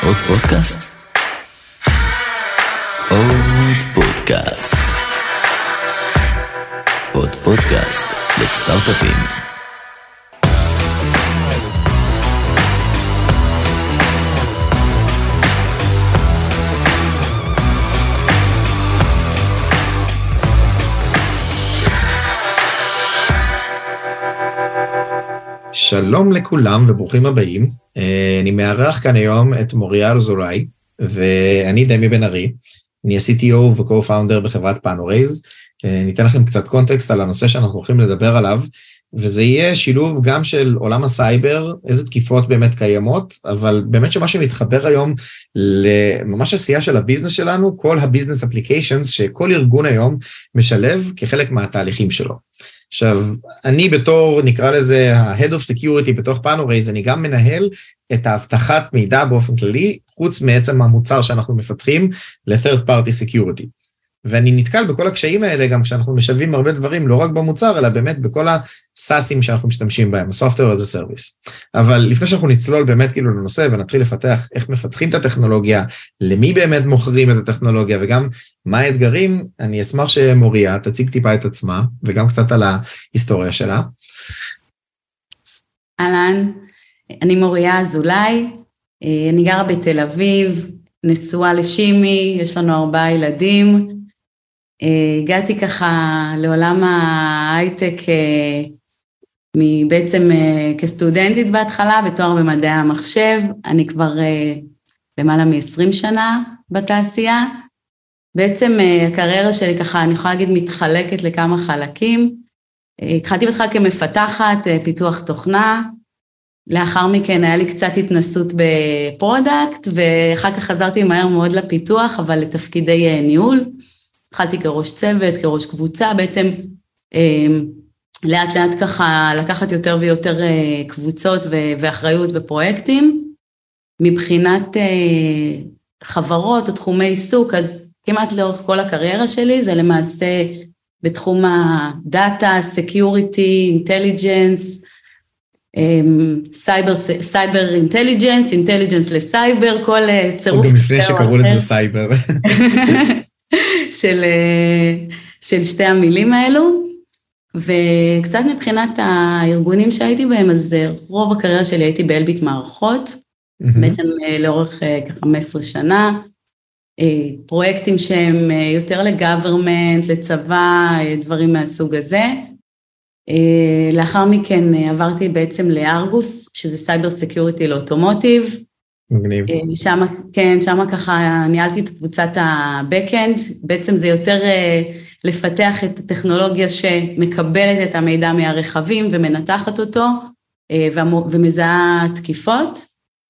עוד פודקאסט? עוד פודקאסט. עוד פודקאסט לסטארט-אפים. שלום לכולם וברוכים הבאים. אני מארח כאן היום את מוריה אזולאי, ואני דמי בן ארי. אני ה-CTO ו-Co-Founder בחברת פאנורייז. ניתן לכם קצת קונטקסט על הנושא שאנחנו הולכים לדבר עליו, וזה יהיה שילוב גם של עולם הסייבר, איזה תקיפות באמת קיימות, אבל באמת שמה שמתחבר היום לממש עשייה של הביזנס שלנו, כל הביזנס אפליקיישנס שכל ארגון היום משלב כחלק מהתהליכים שלו. עכשיו, אני בתור, נקרא לזה, ה-Head of Security בתוך פאנורייז, אני גם מנהל את האבטחת מידע באופן כללי, חוץ מעצם המוצר שאנחנו מפתחים ל-Third Party Security. ואני נתקל בכל הקשיים האלה, גם כשאנחנו משלבים הרבה דברים, לא רק במוצר, אלא באמת בכל הסאסים שאנחנו משתמשים בהם, Software as a Service. אבל לפני שאנחנו נצלול באמת כאילו לנושא, ונתחיל לפתח איך מפתחים את הטכנולוגיה, למי באמת מוכרים את הטכנולוגיה, וגם מה האתגרים, אני אשמח שמוריה תציג טיפה את עצמה, וגם קצת על ההיסטוריה שלה. אהלן, אני מוריה אזולאי, אני גרה בתל אביב, נשואה לשימי, יש לנו 4 ילדים, הגעתי ככה לעולם ההייטק בעצם כסטודנטית בהתחלה, בתואר במדעי המחשב, אני כבר למעלה מ-20 שנה בתעשייה, בעצם הקריירה שלי ככה, אני יכולה להגיד, מתחלקת לכמה חלקים, התחלתי בהתחלה כמפתחת פיתוח תוכנה, לאחר מכן היה לי קצת התנסות בפרודקט, ואחר כך חזרתי מהר מאוד לפיתוח, אבל לתפקידי ניהול, התחלתי כראש צוות, כראש קבוצה, בעצם לאט לאט ככה לקחת יותר ויותר קבוצות ואחריות ופרויקטים, מבחינת חברות או תחומי עיסוק, אז כמעט לאורך כל הקריירה שלי, זה למעשה בתחום הדאטה, סקיוריטי, אינטליג'נס, סייבר אינטליג'נס, אינטליג'נס לסייבר, כל צירוף. או גם לפני שקראו לזה סייבר. של שתי המילים האלו, וקצת מבחינת הארגונים שהייתי בהם, אז רוב הקריירה שלי הייתי באלביט מערכות, בעצם לאורך כ-15 שנה, פרויקטים שהם יותר לגוברמנט, לצבא, דברים מהסוג הזה, לאחר מכן עברתי בעצם לארגוס, שזה סייבר סקיוריטי לאוטומוטיב. מגניב. שם ככה ניהלתי את קבוצת הבקאנד, בעצם זה יותר לפתח את הטכנולוגיה שמקבלת את המידע מהרכבים ומנתחת אותו, ומזהה תקיפות.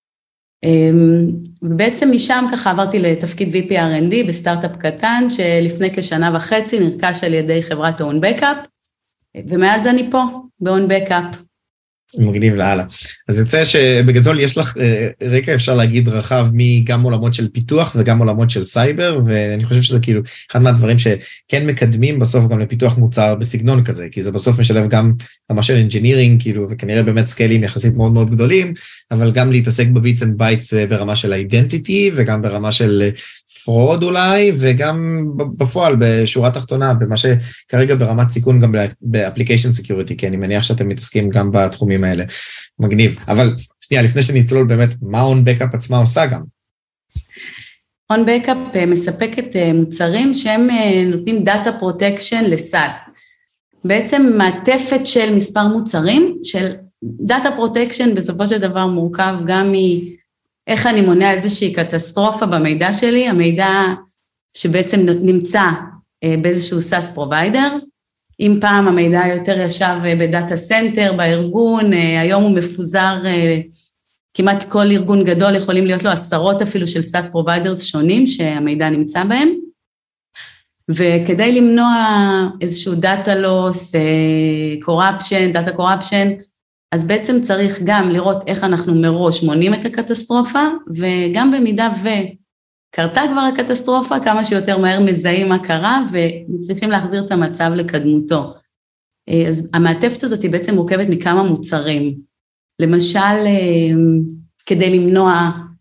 ובעצם משם ככה עברתי לתפקיד VP R&D בסטארט-אפ קטן, שלפני כשנה וחצי נרכש על ידי חברת און בקאפ, ומאז אני פה, ב-On Backup. מגניב להלאה. אז יוצא שבגדול יש לך רקע, אפשר להגיד, רחב מגם עולמות של פיתוח וגם עולמות של סייבר, ואני חושב שזה כאילו אחד מהדברים שכן מקדמים בסוף גם לפיתוח מוצר בסגנון כזה, כי זה בסוף משלב גם רמה של engineering, כאילו, וכנראה באמת סקיילים יחסית מאוד מאוד גדולים, אבל גם להתעסק בביטס אנד בייטס ברמה של identity, וגם ברמה של פרוד אולי, וגם בפועל, בשורה תחתונה, במה שכרגע ברמת סיכון גם באפליקיישן סקיוריטי, כי אני מניח שאתם מתעסקים גם בתחומים האלה. מגניב. אבל שנייה, לפני שנצלול באמת, מה On Backup עצמה עושה גם? On Backup מספקת מוצרים שהם נותנים דאטה פרוטקשן לסאס. בעצם מעטפת של מספר מוצרים, של דאטה פרוטקשן בסופו של דבר מורכב גם איך אני מונע איזושהי קטסטרופה במידע שלי, המידע שבעצם נמצא באיזשהו SaaS provider, אם פעם המידע יותר ישב בדאטה סנטר, בארגון, היום הוא מפוזר, כמעט כל ארגון גדול יכולים להיות לו עשרות אפילו של SaaS providers שונים שהמידע נמצא בהם, וכדי למנוע איזשהו דאטה לוס, corruption, דאטה corruption, אז בעצם צריך גם לראות איך אנחנו מראש מונעים את הקטסטרופה, וגם במידה וקרתה כבר הקטסטרופה, כמה שיותר מהר מזהים מה קרה, ומצליחים להחזיר את המצב לקדמותו. אז המעטפת הזאת היא בעצם מורכבת מכמה מוצרים. למשל, כדי למנוע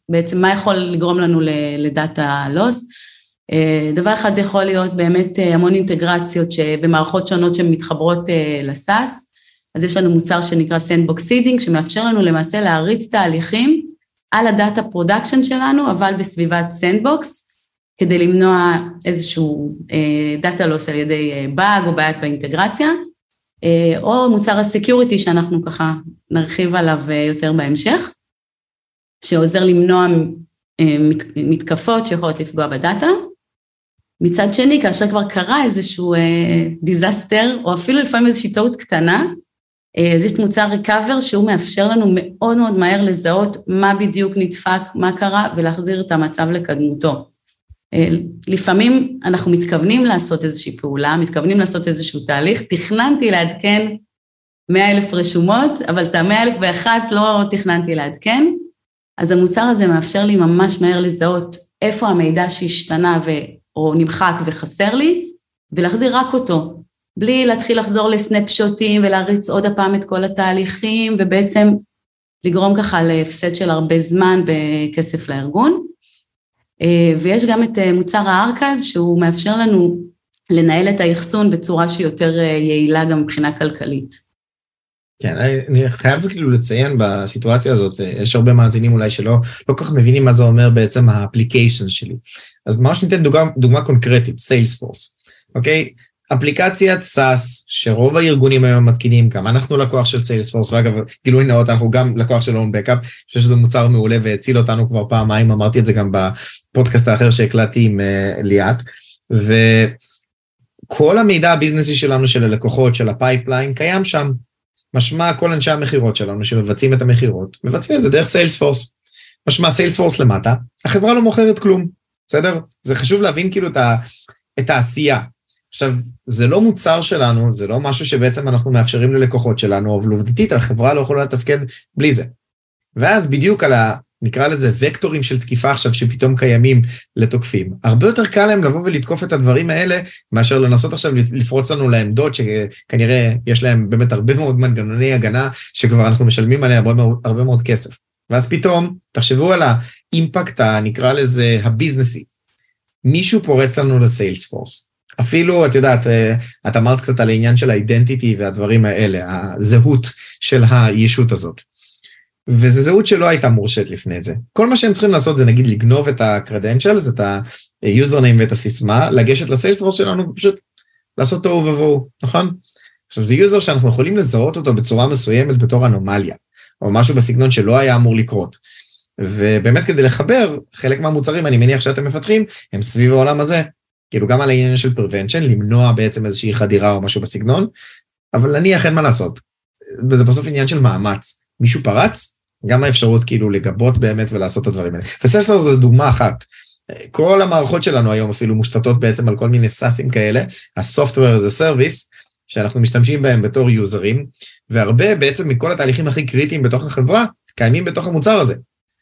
בעצם מה יכול לגרום לנו לדאטה לוס. דבר אחד זה יכול להיות באמת המון אינטגרציות במערכות שונות שמתחברות לסאס, אז יש לנו מוצר שנקרא Sandbox Seeding, שמאפשר לנו למעשה להריץ תהליכים על הדאטה פרודקשן שלנו, אבל בסביבת Sandbox, כדי למנוע איזשהו דאטה לוס על ידי באג או בעיית באינטגרציה, או מוצר הסקיוריטי שאנחנו ככה נרחיב עליו יותר בהמשך, שעוזר למנוע מתקפות שיכולות לפגוע בדאטה. מצד שני, כאשר כבר קרה איזשהו דיזסטר, או אפילו לפעמים איזושהי טעות קטנה, אז יש מוצר ריקאבר שהוא מאפשר לנו מאוד מאוד מהר לזהות מה בדיוק נדפק, מה קרה, ולהחזיר את המצב לקדמותו. לפעמים אנחנו מתכוונים לעשות איזושהי פעולה, מתכוונים לעשות איזשהו תהליך, תכננתי לעדכן 100,000 רשומות, אבל את 100,001 לא תכננתי לעדכן, אז המוצר הזה מאפשר לי ממש מהר לזהות איפה המידע שהשתנה או נמחק וחסר לי, ולהחזיר רק אותו, בלי להתחיל לחזור לסנפשוטים ולהריץ עוד הפעם את כל התהליכים, ובעצם לגרום ככה להפסד של הרבה זמן בכסף לארגון. ויש גם את מוצר הארכייב, שהוא מאפשר לנו לנהל את האחסון בצורה שהיא יותר יעילה גם מבחינה כלכלית. כן, אני חייב כאילו לציין בסיטואציה הזאת, יש הרבה מאזינים אולי שלא כל כך מבינים מה זה אומר בעצם האפליקיישן שלי. אז ממש ניתן דוגמה קונקרטית, סיילספורס, אוקיי? אפליקציית SaaS, שרוב הארגונים היום מתקינים, גם אנחנו לקוח של סיילספורס, ואגב, גילוי נאות, אנחנו גם לקוח של OwnBackup, אני חושב שזה מוצר מעולה והציל אותנו כבר פעמיים, אמרתי את זה גם בפודקאסט האחר שהקלטתי עם ליאת, וכל המידע הביזנסי שלנו, של הלקוחות, של הפייפליין, קיים שם. משמע כל אנשי המחירות שלנו שמבצעים את המחירות, מבצעים את זה דרך סיילספורס. משמע סיילספורס למטה, החברה לא מוכרת כלום, בסדר? זה חשוב להבין כאילו את העשייה. עכשיו, זה לא מוצר שלנו, זה לא משהו שבעצם אנחנו מאפשרים ללקוחות שלנו, אבל עובדתית החברה לא יכולה לתפקד בלי זה. ואז בדיוק על נקרא לזה וקטורים של תקיפה עכשיו שפתאום קיימים לתוקפים. הרבה יותר קל להם לבוא ולתקוף את הדברים האלה, מאשר לנסות עכשיו לפרוץ לנו לעמדות, שכנראה יש להם באמת הרבה מאוד מנגנוני הגנה, שכבר אנחנו משלמים עליה הרבה מאוד כסף. ואז פתאום, תחשבו על האימפקט, נקרא לזה הביזנסי. מישהו פורץ לנו לסיילספורס. אפילו, את יודעת, את אמרת קצת על העניין של האידנטיטי והדברים האלה, הזהות של הישות הזאת. וזו זהות שלא הייתה מורשת לפני זה. כל מה שהם צריכים לעשות זה נגיד לגנוב את ה-credentials, את ה-username ואת הסיסמה, לגשת לסיילספורס שלנו, פשוט לעשות תוהו ובוהו, נכון? עכשיו זה יוזר שאנחנו יכולים לזהות אותו בצורה מסוימת בתור אנומליה, או משהו בסגנון שלא היה אמור לקרות. ובאמת כדי לחבר, חלק מהמוצרים, אני מניח שאתם מפתחים, הם סביב העולם הזה, כאילו גם על העניין של prevention, למנוע בעצם איזושהי חדירה או משהו בסגנון, אבל נניח אין מה לעשות. וזה בסוף עניין של מאמץ. מישהו פרץ, גם האפשרות כאילו לגבות באמת ולעשות את הדברים האלה. וסיילספורס זו דוגמה אחת. כל המערכות שלנו היום אפילו מושתתות בעצם על כל מיני סאסים כאלה, ה-software as a service, שאנחנו משתמשים בהם בתור יוזרים, והרבה בעצם מכל התהליכים הכי קריטיים בתוך החברה, קיימים בתוך המוצר הזה.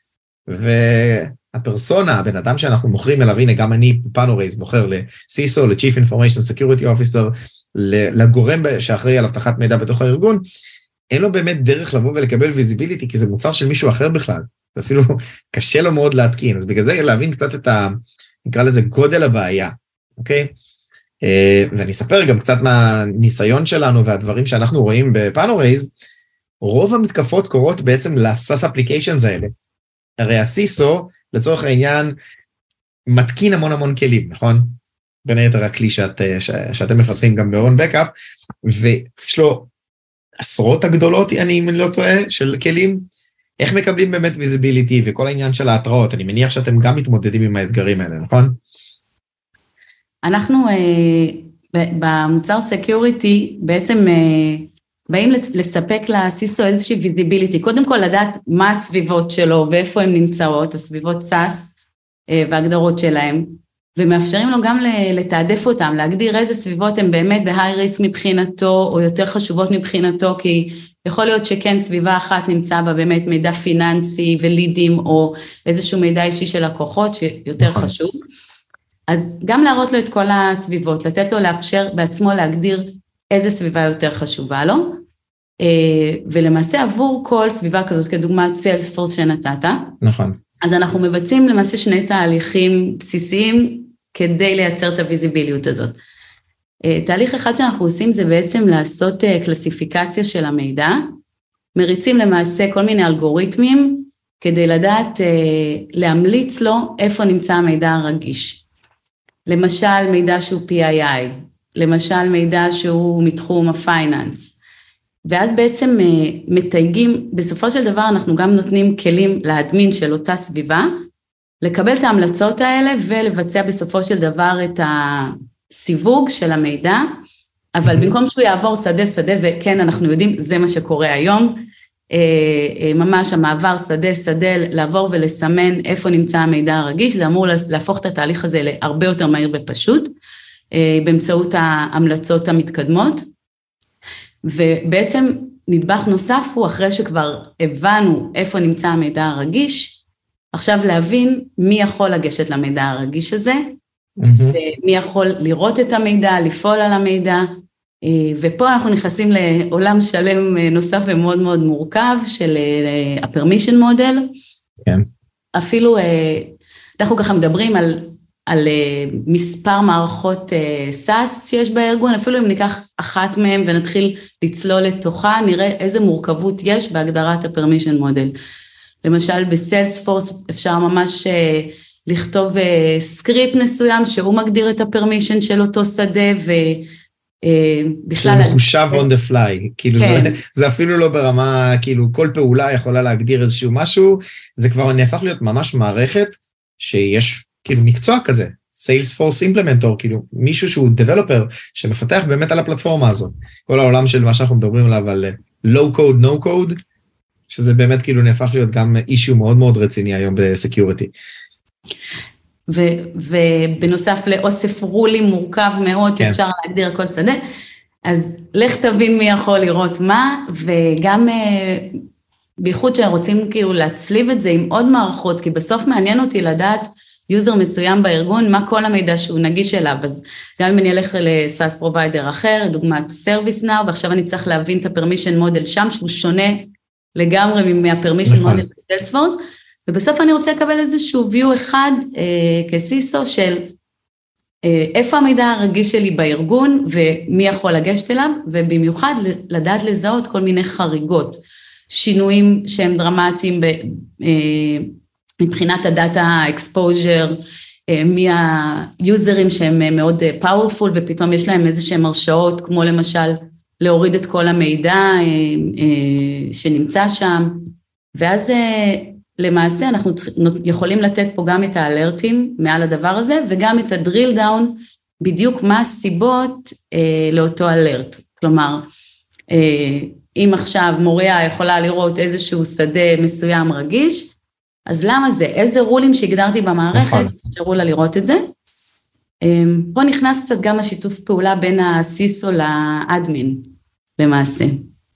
והפרסונה, הבן אדם שאנחנו מוכרים אליו, הנה גם אני, פאנורייז, מוכר ל-CISO, ל-Chief Information Security Officer, לגורם שאחראי על הבטחת מידע בתוך הארגון, אין לו באמת דרך לבוא ולקבל ויזיביליטי, כי זה מוצר של מישהו אחר בכלל. זה אפילו קשה לו מאוד להתקין. אז בגלל זה להבין קצת את נקרא לזה גודל הבעיה, אוקיי? ואני אספר גם קצת מהניסיון שלנו והדברים שאנחנו רואים בפאנורייז, רוב המתקפות קורות בעצם ל-SaaS applications האלה. הרי ה-CISO, לצורך העניין, מתקין המון כלים, נכון? בין היתר הכלי שאתם מפתחים גם ב-OwnBackup, ויש לו עשרות הגדולות, אם אני לא טועה, של כלים, איך מקבלים באמת ויזיביליטי וכל העניין של ההתראות, אני מניח שאתם גם מתמודדים עם האתגרים האלה, נכון? אנחנו במוצר סקיוריטי בעצם באים לספק לסיסו איזושהי ויזיביליטי, קודם כל לדעת מה הסביבות שלו ואיפה הן נמצאות, הסביבות סאס והגדרות שלהם, ומאפשרים לו גם לתעדף אותם, להגדיר איזה סביבות הן באמת בהיי ריסק מבחינתו, או יותר חשובות מבחינתו, כי יכול להיות שכן סביבה אחת נמצא בה באמת מידע פיננסי ולידים, או איזשהו מידע אישי של לקוחות שיותר חשוב. אז גם להראות לו את כל הסביבות, לתת לו לאפשר בעצמו להגדיר איזה סביבה יותר חשובה לו, ולמעשה עבור כל סביבה כזאת, כדוגמת סיילספורס שנתת, נכון. אז אנחנו מבצעים למעשה שני תהליכים בסיסיים כדי לייצר את הוויזיביליות הזאת. תהליך אחד שאנחנו עושים זה בעצם לעשות קלסיפיקציה של המידע, מריצים למעשה כל מיני אלגוריתמים כדי לדעת, להמליץ לו איפה נמצא המידע הרגיש. למשל מידע שהוא PII, למשל מידע שהוא מתחום הפייננס, ואז בעצם מתייגים, בסופו של דבר אנחנו גם נותנים כלים לאדמין של אותה סביבה, לקבל את ההמלצות האלה ולבצע בסופו של דבר את הסיווג של המידע, אבל במקום שהוא יעבור שדה שדה, וכן אנחנו יודעים, זה מה שקורה היום, ממש המעבר שדה שדה, לעבור ולסמן איפה נמצא המידע הרגיש, זה אמור להפוך את התהליך הזה להרבה יותר מהיר ופשוט, באמצעות ההמלצות המתקדמות, ובעצם נדבך נוסף הוא אחרי שכבר הבנו איפה נמצא המידע הרגיש, עכשיו להבין מי יכול לגשת למידע הרגיש הזה, ומי יכול לראות את המידע, לפעול על המידע, ופה אנחנו נכנסים לעולם שלם נוסף ומאוד מאוד מורכב של ה-permission model. כן. אפילו, אנחנו ככה מדברים על מספר מערכות SaaS שיש בארגון, אפילו אם ניקח אחת מהם ונתחיל לצלול לתוכה, נראה איזה מורכבות יש בהגדרת ה-permission model. למשל בסיילספורס אפשר ממש לכתוב סקריפט מסוים שהוא מגדיר את ה-permission של אותו שדה שזה מחושב on the fly, כאילו זה אפילו לא ברמה, כאילו כל פעולה יכולה להגדיר איזשהו משהו, זה כבר נהפך להיות ממש מערכת שיש כאילו מקצוע כזה, Salesforce Implementor, כאילו מישהו שהוא developer שמפתח באמת על הפלטפורמה הזאת, כל העולם של מה שאנחנו מדברים עליו על low code, no code, שזה באמת כאילו נהפך להיות גם אישיו מאוד מאוד רציני היום בסקיוריטי. ובנוסף לאוסף רולים מורכב מאוד, שאפשר להגדיר כל שדה, אז לך תבין מי יכול לראות מה, וגם בייחוד שרוצים כאילו להצליב את זה עם עוד מערכות, כי בסוף מעניין אותי לדעת יוזר מסוים בארגון, מה כל המידע שהוא נגיש אליו, אז גם אם אני אלך ל-SaaS provider אחר, דוגמת ServiceNow, ועכשיו אני צריך להבין את ה-permission model שם, שהוא שונה לגמרי מה-permission model ב-Salesforce, ובסוף אני רוצה לקבל איזשהו view אחד כסיסו של איפה המידע הרגיש שלי בארגון ומי יכול לגשת אליו, ובמיוחד לדעת לזהות כל מיני חריגות, שינויים שהם דרמטיים מבחינת הדאטה אקספוז'ר, מי היוזרים שהם מאוד powerful ופתאום יש להם איזה שהם הרשאות, כמו למשל להוריד את כל המידע שנמצא שם, ואז למעשה אנחנו יכולים לתת פה גם את האלרטים מעל הדבר הזה, וגם את הדריל דאון, בדיוק מה הסיבות לאותו אלרט. כלומר, אם עכשיו מוריה יכולה לראות איזשהו שדה מסוים רגיש, אז למה זה? איזה רולים שהגדרתי במערכת, אפשרו לה לראות את זה. פה נכנס קצת גם השיתוף פעולה בין הסיסו לאדמין, למעשה.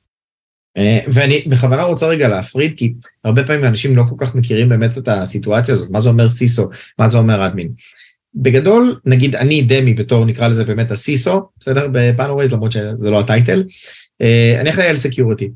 ואני בכוונה רוצה רגע להפריד, כי הרבה פעמים אנשים לא כל כך מכירים באמת את הסיטואציה הזאת, מה זה אומר סיסו, מה זה אומר אדמין. בגדול, נגיד אני דמי בתור, נקרא לזה באמת הסיסו, בסדר? בפאנורייז, למרות שזה לא הטייטל, אני אחראי על סקיוריטי.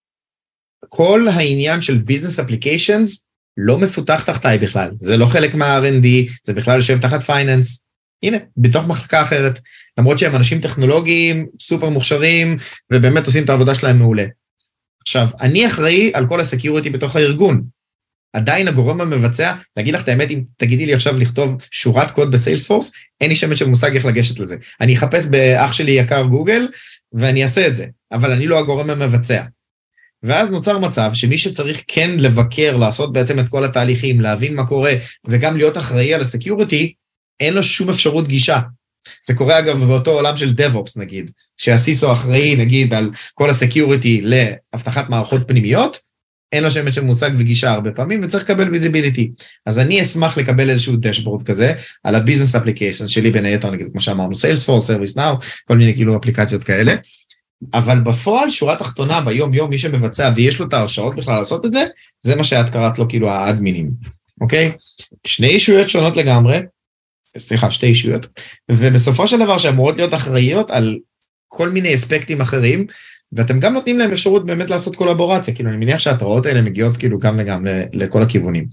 כל העניין של ביזנס אפליקיישנס לא מפותח תחתיי בכלל, זה לא חלק מה-R&D, זה בכלל יושב תחת פייננס, הנה, בתוך מחלקה אחרת, למרות שהם אנשים טכנולוגיים, סופר מוכשרים, ובאמת עושים את העבודה שלהם מעולה. עכשיו, אני אחראי על כל הסקיוריטי בתוך הארגון. עדיין הגורם המבצע, להגיד לך את האמת, אם תגידי לי עכשיו לכתוב שורת קוד בסיילספורס, אין לי שמץ של מושג איך לגשת לזה. אני אחפש באח שלי יקר גוגל, ואני אעשה את זה, אבל אני לא הגורם המבצע. ואז נוצר מצב שמי שצריך כן לבקר, לעשות בעצם את כל התהליכים, להבין מה קורה, וגם להיות אחראי על הסקיוריטי, אין לו שום אפשרות גישה. זה קורה אגב באותו עולם של DevOps נגיד, שהסיסו אחראי נגיד על כל הסקיוריטי להבטחת מערכות פנימיות, אין לו שמץ של מושג וגישה הרבה פעמים, וצריך לקבל ויזיביליטי. אז אני אשמח לקבל איזשהו דשבורד כזה, על הביזנס אפליקיישן שלי בין היתר, נגיד כמו שאמרנו, Salesforce, ServiceNow, כל מיני כאילו אפליקציות כאלה, אבל בפועל שורה תחתונה ביום יום מי שמבצע ויש לו את ההרשאות בכלל לעשות את זה, זה מה שאת קראת לו כאילו האדמינים, אוקיי? שתי אישויות שונות לגמרי, שתי אישויות, ובסופו של דבר שאמורות להיות אחראיות על כל מיני אספקטים אחרים, ואתם גם נותנים להם אפשרות באמת לעשות קולבורציה, כאילו אני מניח שההתראות האלה מגיעות כאילו גם וגם לכל הכיוונים.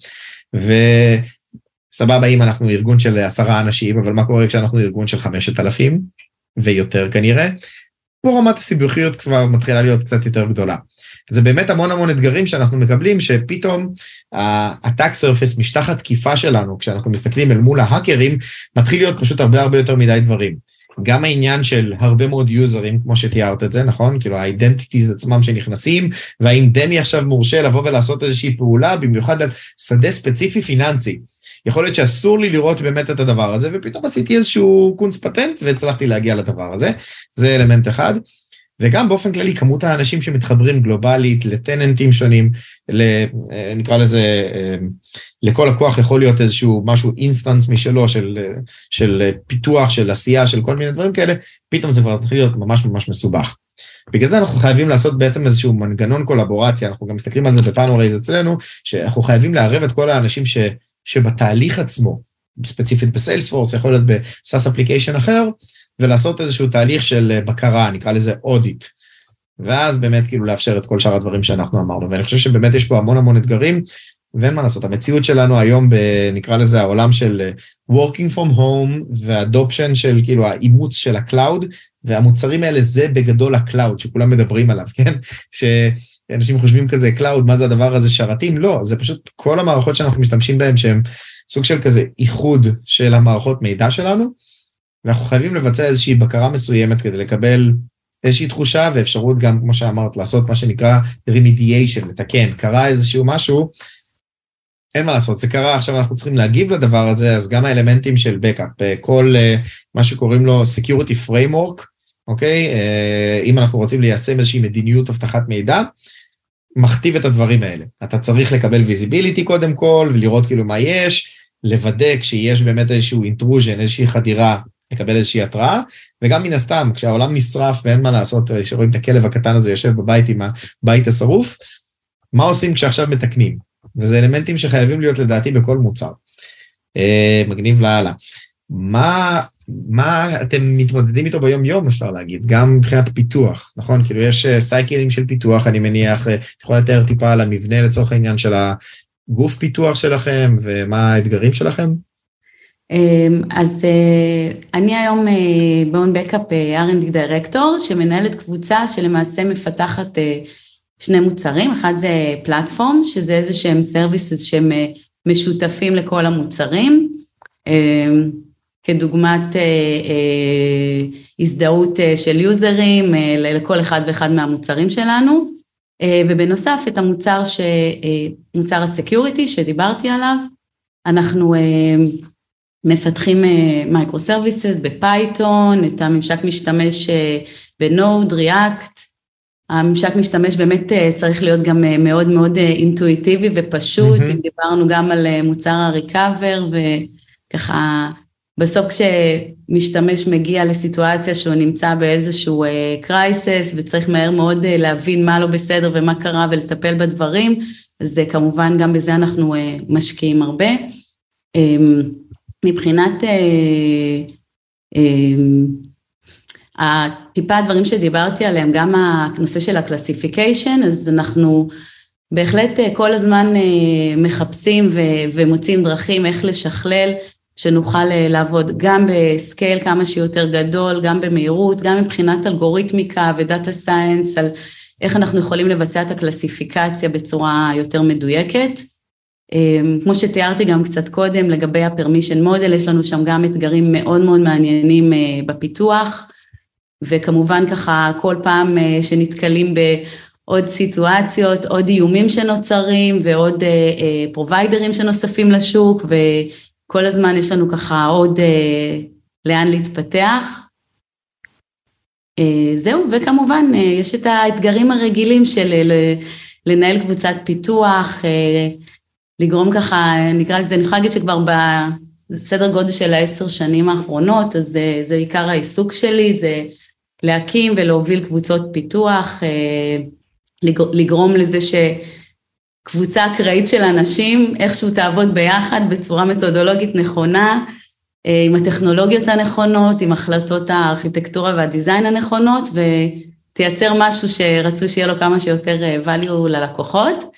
וסבבה אם אנחנו ארגון של 10 אנשים, אבל מה קורה כשאנחנו ארגון של 5,000 ויותר כנראה? פה רמת הסיבוכיות כבר מתחילה להיות קצת יותר גדולה. זה באמת המון אתגרים שאנחנו מקבלים, שפתאום ה-attack surface, משטח התקיפה שלנו, כשאנחנו מסתכלים אל מול ההאקרים, מתחיל להיות פשוט הרבה יותר מדי דברים. גם העניין של הרבה מאוד יוזרים, כמו שתיארת את זה, נכון? כאילו ה-identities עצמם שנכנסים, והאם דמי עכשיו מורשה לבוא ולעשות איזושהי פעולה, במיוחד על שדה ספציפי פיננסי. יכול להיות שאסור לי לראות באמת את הדבר הזה, ופתאום עשיתי איזשהו קונץ פטנט, והצלחתי להגיע לדבר הזה. זה אלמנט אחד. וגם באופן כללי, כמות האנשים שמתחברים גלובלית, לטננטים שונים, נקרא לזה, לכל לקוח יכול להיות איזשהו משהו אינסטנס משלו, של פיתוח, של עשייה, של כל מיני דברים כאלה, פתאום זה כבר מתחיל להיות ממש מסובך. בגלל זה אנחנו חייבים לעשות בעצם איזשהו מנגנון קולבורציה, אנחנו גם מסתכלים על זה בפאנורייז אצלנו, שאנחנו חייבים לערב את כל האנשים שבתהליך עצמו, ספציפית בסיילספורס, יכול להיות בסאס אפליקיישן אחר, ולעשות איזשהו תהליך של בקרה, נקרא לזה אודיט, ואז באמת כאילו לאפשר את כל שאר הדברים שאנחנו אמרנו, ואני חושב שבאמת יש פה המון אתגרים, ואין מה לעשות, המציאות שלנו היום נקרא לזה העולם של working from home, והאדופשן של כאילו האימוץ של הקלאוד, והמוצרים האלה זה בגדול הקלאוד, שכולם מדברים עליו, כן? שאנשים חושבים כזה, קלאוד, מה זה הדבר הזה, שרתים? לא, זה פשוט כל המערכות שאנחנו משתמשים בהן, שהן סוג של כזה איחוד של המערכות מידע שלנו, ואנחנו חייבים לבצע איזושהי בקרה מסוימת כדי לקבל איזושהי תחושה ואפשרות גם, כמו שאמרת, לעשות מה שנקרא remediation, לתקן, קרה איזשהו משהו, אין מה לעשות, זה קרה, עכשיו אנחנו צריכים להגיב לדבר הזה, אז גם האלמנטים של בקאפ, כל מה שקוראים לו security framework, אוקיי? אם אנחנו רוצים ליישם איזושהי מדיניות הבטחת מידע, מכתיב את הדברים האלה. אתה צריך לקבל visibility קודם כל, ולראות כאילו מה יש, לוודא כשיש באמת איזשהו intrusion, איזושהי חדירה, לקבל איזושהי התראה, וגם מן הסתם, כשהעולם נשרף ואין מה לעשות, שרואים את הכלב הקטן הזה יושב בבית עם הבית השרוף, מה עושים כשעכשיו מתקנים? וזה אלמנטים שחייבים להיות לדעתי בכל מוצר. מגניב להלאה. מה אתם מתמודדים איתו ביום יום, אפשר להגיד, גם מבחינת פיתוח, נכון? כאילו יש סייקלים של פיתוח, אני מניח, את יכולה לתאר טיפה על המבנה לצורך העניין של הגוף פיתוח שלכם, ומה האתגרים שלכם? אז אני היום ב-On Backup R&D Director, שמנהלת קבוצה שלמעשה מפתחת 2 מוצרים, אחד זה פלטפורם, שזה איזה שהם סרוויסס שהם משותפים לכל המוצרים, כדוגמת הזדהות של יוזרים לכל אחד ואחד מהמוצרים שלנו, ובנוסף את מוצר הסקיוריטי שדיברתי עליו, אנחנו מפתחים מייקרו-סרוויסס בפייתון, את הממשק משתמש בנוד, ריאקט, הממשק משתמש באמת צריך להיות גם מאוד אינטואיטיבי ופשוט, אם דיברנו גם על מוצר הריקאבר, וככה בסוף כשמשתמש מגיע לסיטואציה שהוא נמצא באיזשהו קרייסס, וצריך מהר מאוד להבין מה לא בסדר ומה קרה ולטפל בדברים, אז כמובן גם בזה אנחנו משקיעים הרבה. מבחינת טיפה הדברים שדיברתי עליהם, גם הנושא של הקלסיפיקיישן, אז אנחנו בהחלט כל הזמן מחפשים ומוצאים דרכים איך לשכלל, שנוכל לעבוד גם בסקייל כמה שיותר גדול, גם במהירות, גם מבחינת אלגוריתמיקה ודאטה סיינס, על איך אנחנו יכולים לבצע את הקלסיפיקציה בצורה יותר מדויקת. כמו שתיארתי גם קצת קודם, לגבי הפרמישן מודל, יש לנו שם גם אתגרים מאוד מעניינים בפיתוח, וכמובן ככה כל פעם שנתקלים בעוד סיטואציות, עוד איומים שנוצרים, ועוד פרוביידרים שנוספים לשוק, וכל הזמן יש לנו ככה עוד לאן להתפתח. זהו, וכמובן יש את האתגרים הרגילים של לנהל קבוצת פיתוח, לגרום ככה, נקרא לזה, אני יכולה להגיד שכבר בסדר גודל של 10 שנים האחרונות, אז זה עיקר העיסוק שלי, זה להקים ולהוביל קבוצות פיתוח, לגרום לזה שקבוצה אקראית של אנשים, איכשהו תעבוד ביחד בצורה מתודולוגית נכונה, עם הטכנולוגיות הנכונות, עם החלטות הארכיטקטורה והדיזיין הנכונות, ותייצר משהו שרצו שיהיה לו כמה שיותר value ללקוחות.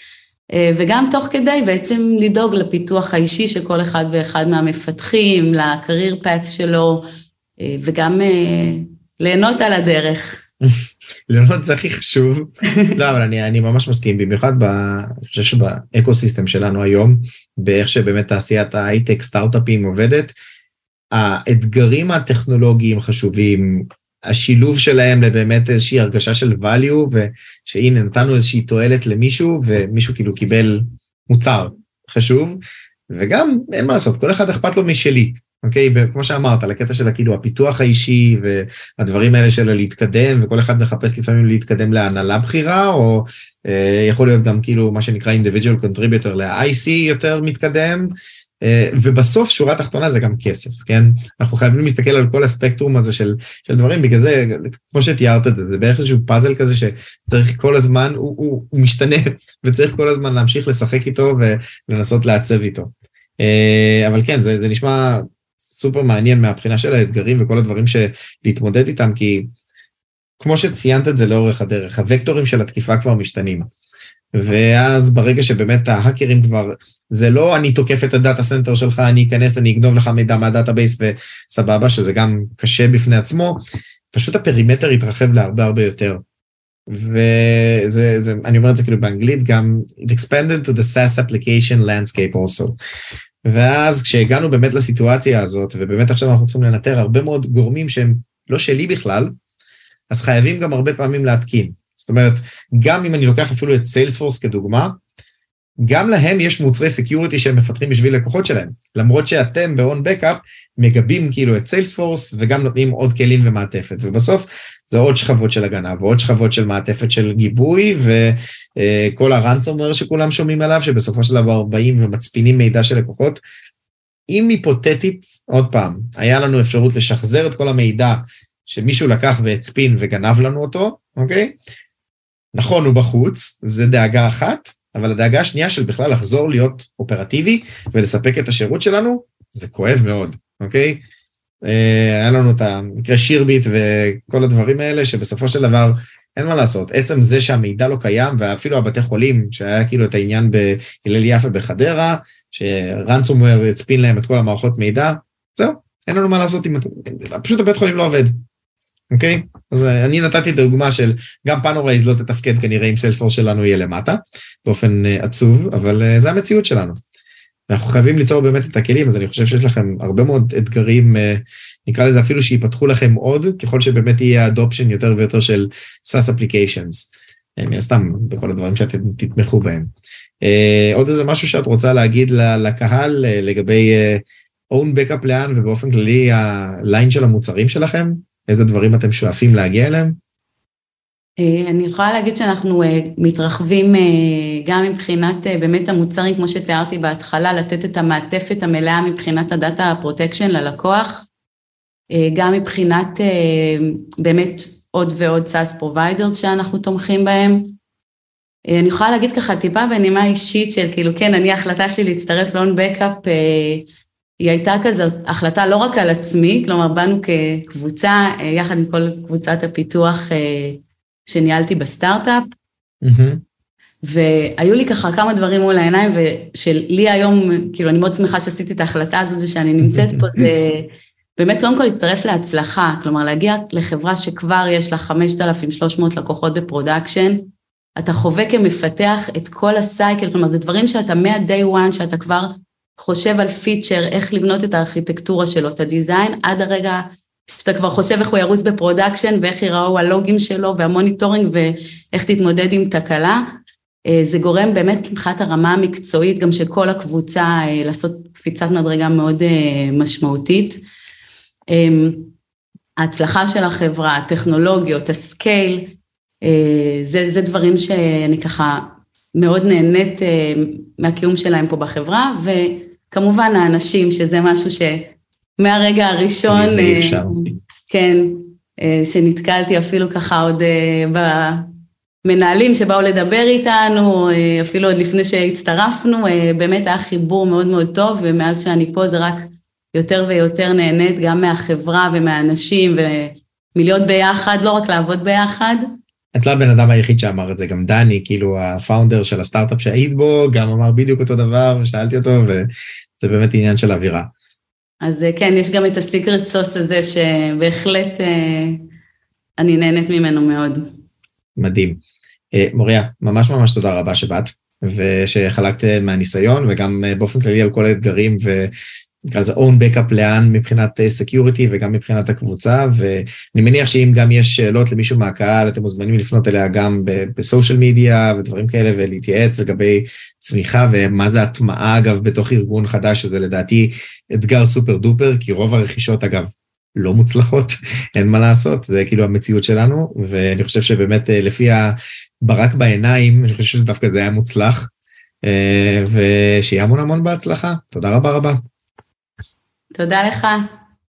וגם תוך כדי בעצם לדאוג לפיתוח האישי של כל אחד ואחד מהמפתחים, לקרייר פאט שלו, וגם ליהנות על הדרך. ליהנות זה הכי חשוב. לא, אבל אני ממש מסכים, במיוחד אני חושב שבאקוסיסטם שלנו היום, באיך שבאמת תעשיית ההייטק, סטארט-אפים עובדת, האתגרים הטכנולוגיים חשובים, השילוב שלהם לבאמת איזושהי הרגשה של value, ושהנה נתנו איזושהי תועלת למישהו, ומישהו כאילו קיבל מוצר חשוב, וגם אין מה לעשות, כל אחד אכפת לו משלי, אוקיי? כמו שאמרת, לקטע של כאילו הפיתוח האישי, והדברים האלה של להתקדם, וכל אחד מחפש לפעמים להתקדם להנהלה בחירה, או יכול להיות גם כאילו מה שנקרא individual contributor ל-IC יותר מתקדם, ובסוף שורה תחתונה זה גם כסף, כן? אנחנו חייבים להסתכל על כל הספקטרום הזה של דברים, בגלל זה, כמו שתיארת את זה, זה בערך איזשהו פאזל כזה שצריך כל הזמן, הוא משתנה, וצריך כל הזמן להמשיך לשחק איתו ולנסות לעצב איתו. אבל כן, זה נשמע סופר מעניין מהבחינה של האתגרים וכל הדברים שלהתמודד איתם, כי כמו שציינת את זה לאורך הדרך, הוקטורים של התקיפה כבר משתנים. ואז ברגע שבאמת ההאקרים כבר, זה לא אני תוקף את הדאטה סנטר שלך, אני אכנס, אני אגנוב לך מידע מהדאטאבייס וסבבה, שזה גם קשה בפני עצמו, פשוט הפרימטר יתרחב להרבה הרבה יותר. אני אומר את זה כאילו באנגלית, גם it expanded to the SaaS application landscape also. ואז כשהגענו באמת לסיטואציה הזאת, ובאמת עכשיו אנחנו צריכים לנטר הרבה מאוד גורמים שהם לא שלי בכלל, אז חייבים גם הרבה פעמים להתקין. זאת אומרת, גם אם אני לוקח אפילו את סיילספורס כדוגמה, גם להם יש מוצרי סקיוריטי שהם מפתחים בשביל לקוחות שלהם, למרות שאתם ב-on backup מגבים כאילו את סיילספורס, וגם נותנים עוד כלים ומעטפת, ובסוף זה עוד שכבות של הגנה, ועוד שכבות של מעטפת של גיבוי, וכל הרנסומוור שכולם שומעים עליו, שבסופו של דבר באים ומצפינים מידע של לקוחות. אם היפותטית, עוד פעם, היה לנו אפשרות לשחזר את כל המידע, שמישהו לקח והצפין וגנב לנו אותו, אוקיי? נכון, הוא בחוץ, זה דאגה אחת, אבל הדאגה השנייה של בכלל לחזור להיות אופרטיבי, ולספק את השירות שלנו, זה כואב מאוד, אוקיי? היה לנו את המקרה שירביט וכל הדברים האלה, שבסופו של דבר אין מה לעשות. עצם זה שהמידע לא קיים, ואפילו הבתי חולים, שהיה כאילו את העניין בהלל יפה בחדרה, שרנסומוור הצפין להם את כל המערכות מידע, זהו, אין לנו מה לעשות, פשוט הבית חולים לא עובד. אוקיי? אז אני נתתי דוגמה של גם פאנורייז לא תתפקד כנראה אם סיילספורס שלנו יהיה למטה, באופן עצוב, אבל זה המציאות שלנו. אנחנו חייבים ליצור באמת את הכלים, אז אני חושב שיש לכם הרבה מאוד אתגרים, נקרא לזה אפילו שיפתחו לכם עוד, ככל שבאמת יהיה אדופשן יותר ויותר של SaaS applications, סתם בכל הדברים שאתם תתמכו בהם. עוד איזה משהו שאת רוצה להגיד לקהל לגבי own backup לאן, ובאופן כללי הליין של המוצרים שלכם? איזה דברים אתם שואפים להגיע אליהם? אני יכולה להגיד שאנחנו מתרחבים גם מבחינת באמת המוצרים, כמו שתיארתי בהתחלה, לתת את המעטפת המלאה מבחינת הדאטה פרוטקשן ללקוח, גם מבחינת באמת עוד ועוד SaaS providers שאנחנו תומכים בהם. אני יכולה להגיד ככה טיפה בנימה אישית של כאילו, כן, ההחלטה שלי להצטרף ל-on backup, היא הייתה כזאת החלטה לא רק על עצמי, כלומר באנו כקבוצה, יחד עם כל קבוצת הפיתוח שניהלתי בסטארט-אפ, והיו לי ככה כמה דברים מול העיניים, ושלי היום, כאילו אני מאוד שמחה שעשיתי את ההחלטה הזאת, ושאני נמצאת פה, זה באמת קודם כל להצטרף להצלחה, כלומר להגיע לחברה שכבר יש לה 5,300 לקוחות בפרודקשן, אתה חווה כמפתח את כל הסייקל, כלומר זה דברים שאתה מה-day one, שאתה כבר חושב על פיצ'ר, איך לבנות את הארכיטקטורה שלו, את הדיזיין, עד הרגע שאתה כבר חושב איך הוא ירוץ בפרודקשן, ואיך יראו הלוגים שלו, והמוניטורינג, ואיך תתמודד עם תקלה. זה גורם באמת מבחינת הרמה המקצועית, גם של כל הקבוצה, לעשות קפיצת מדרגה מאוד משמעותית. ההצלחה של החברה, הטכנולוגיות, הסקייל, זה דברים שאני ככה מאוד נהנית מהקיום שלהם פה בחברה, וכמובן האנשים, שזה משהו שמהרגע הראשון, כן, שנתקלתי אפילו ככה עוד במנהלים שבאו לדבר איתנו, אפילו עוד לפני שהצטרפנו, באמת היה חיבור מאוד מאוד טוב, ומאז שאני פה זה רק יותר ויותר נהנית, גם מהחברה ומהאנשים, ומלהיות ביחד, לא רק לעבוד ביחד, את לא הבן אדם היחיד שאמר את זה, גם דני, כאילו הפאונדר של הסטארט-אפ שהיית בו, גם אמר בדיוק אותו דבר, ושאלתי אותו, וזה באמת עניין של אווירה. אז כן, יש גם את הסיקרט סוס הזה, שבהחלט אני נהנית ממנו מאוד. מדהים. מוריה, ממש ממש תודה רבה שבאת, ושחלקת מהניסיון, וגם באופן כללי על כל האתגרים, נקרא לזה own backup לאן מבחינת security וגם מבחינת הקבוצה, ואני מניח שאם גם יש שאלות למישהו מהקהל, אתם מוזמנים לפנות אליה גם בסושיאל מדיה ודברים כאלה, ולהתייעץ לגבי צמיחה, ומה זה הטמעה אגב בתוך ארגון חדש, שזה לדעתי אתגר סופר דופר, כי רוב הרכישות אגב לא מוצלחות, אין מה לעשות, זה כאילו המציאות שלנו, ואני חושב שבאמת לפי הברק בעיניים, אני חושב שדווקא זה היה מוצלח, ושיהיה המון המון בהצלחה. תודה רבה רבה. תודה לך.